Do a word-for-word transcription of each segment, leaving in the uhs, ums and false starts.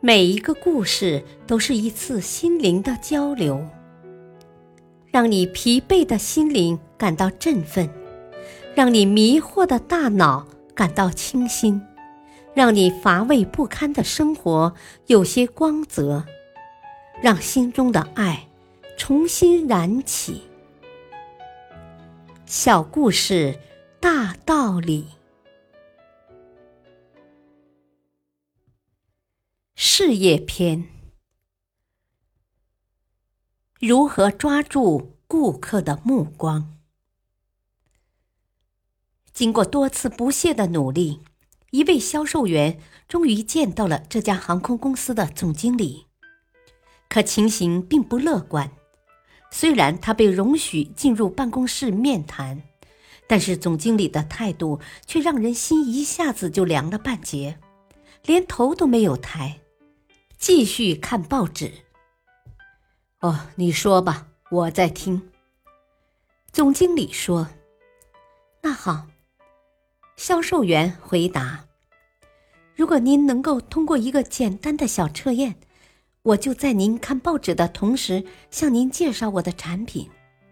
每一个故事都是一次心灵的交流，让你疲惫的心灵感到振奋，让你迷惑的大脑感到清新，让你乏味不堪的生活有些光泽，让心中的爱重新燃起。小故事，大道理。事业篇：如何抓住顾客的目光？经过多次不懈的努力，一位销售员终于见到了这家航空公司的总经理。可情形并不乐观，虽然他被容许进入办公室面谈，但是总经理的态度却让人心一下子就凉了半截，连头都没有抬，继续看报纸。哦，你说吧，我在听。总经理说。那好。销售员回答。如果您能够通过一个简单的小测验，我就在您看报纸的同时向您介绍我的产品。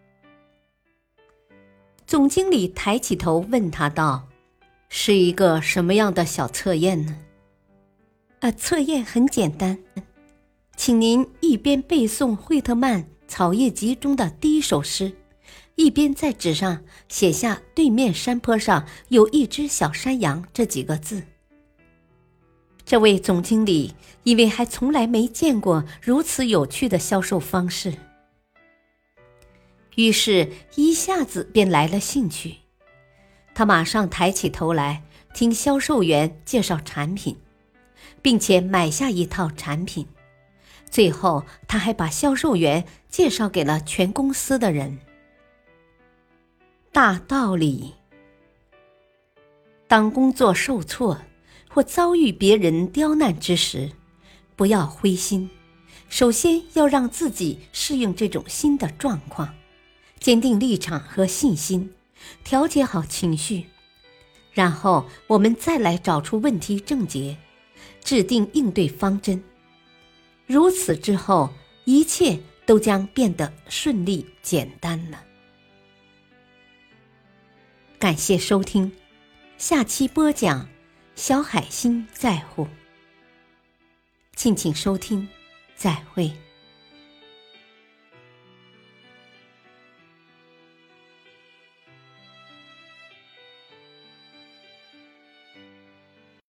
总经理抬起头问他道：是一个什么样的小测验呢？呃，测验很简单，请您一边背诵惠特曼《草叶集》中的第一首诗，一边在纸上写下对面山坡上有一只小山羊这几个字。这位总经理因为还从来没见过如此有趣的销售方式，于是一下子便来了兴趣。他马上抬起头来听销售员介绍产品，并且买下一套产品。最后他还把销售员介绍给了全公司的人。大道理：当工作受挫或遭遇别人刁难之时，不要灰心，首先要让自己适应这种新的状况，坚定立场和信心，调节好情绪，然后我们再来找出问题症结，制定应对方针。如此之后，一切都将变得顺利简单了。感谢收听，下期播讲小海星在乎。敬请收听，再会。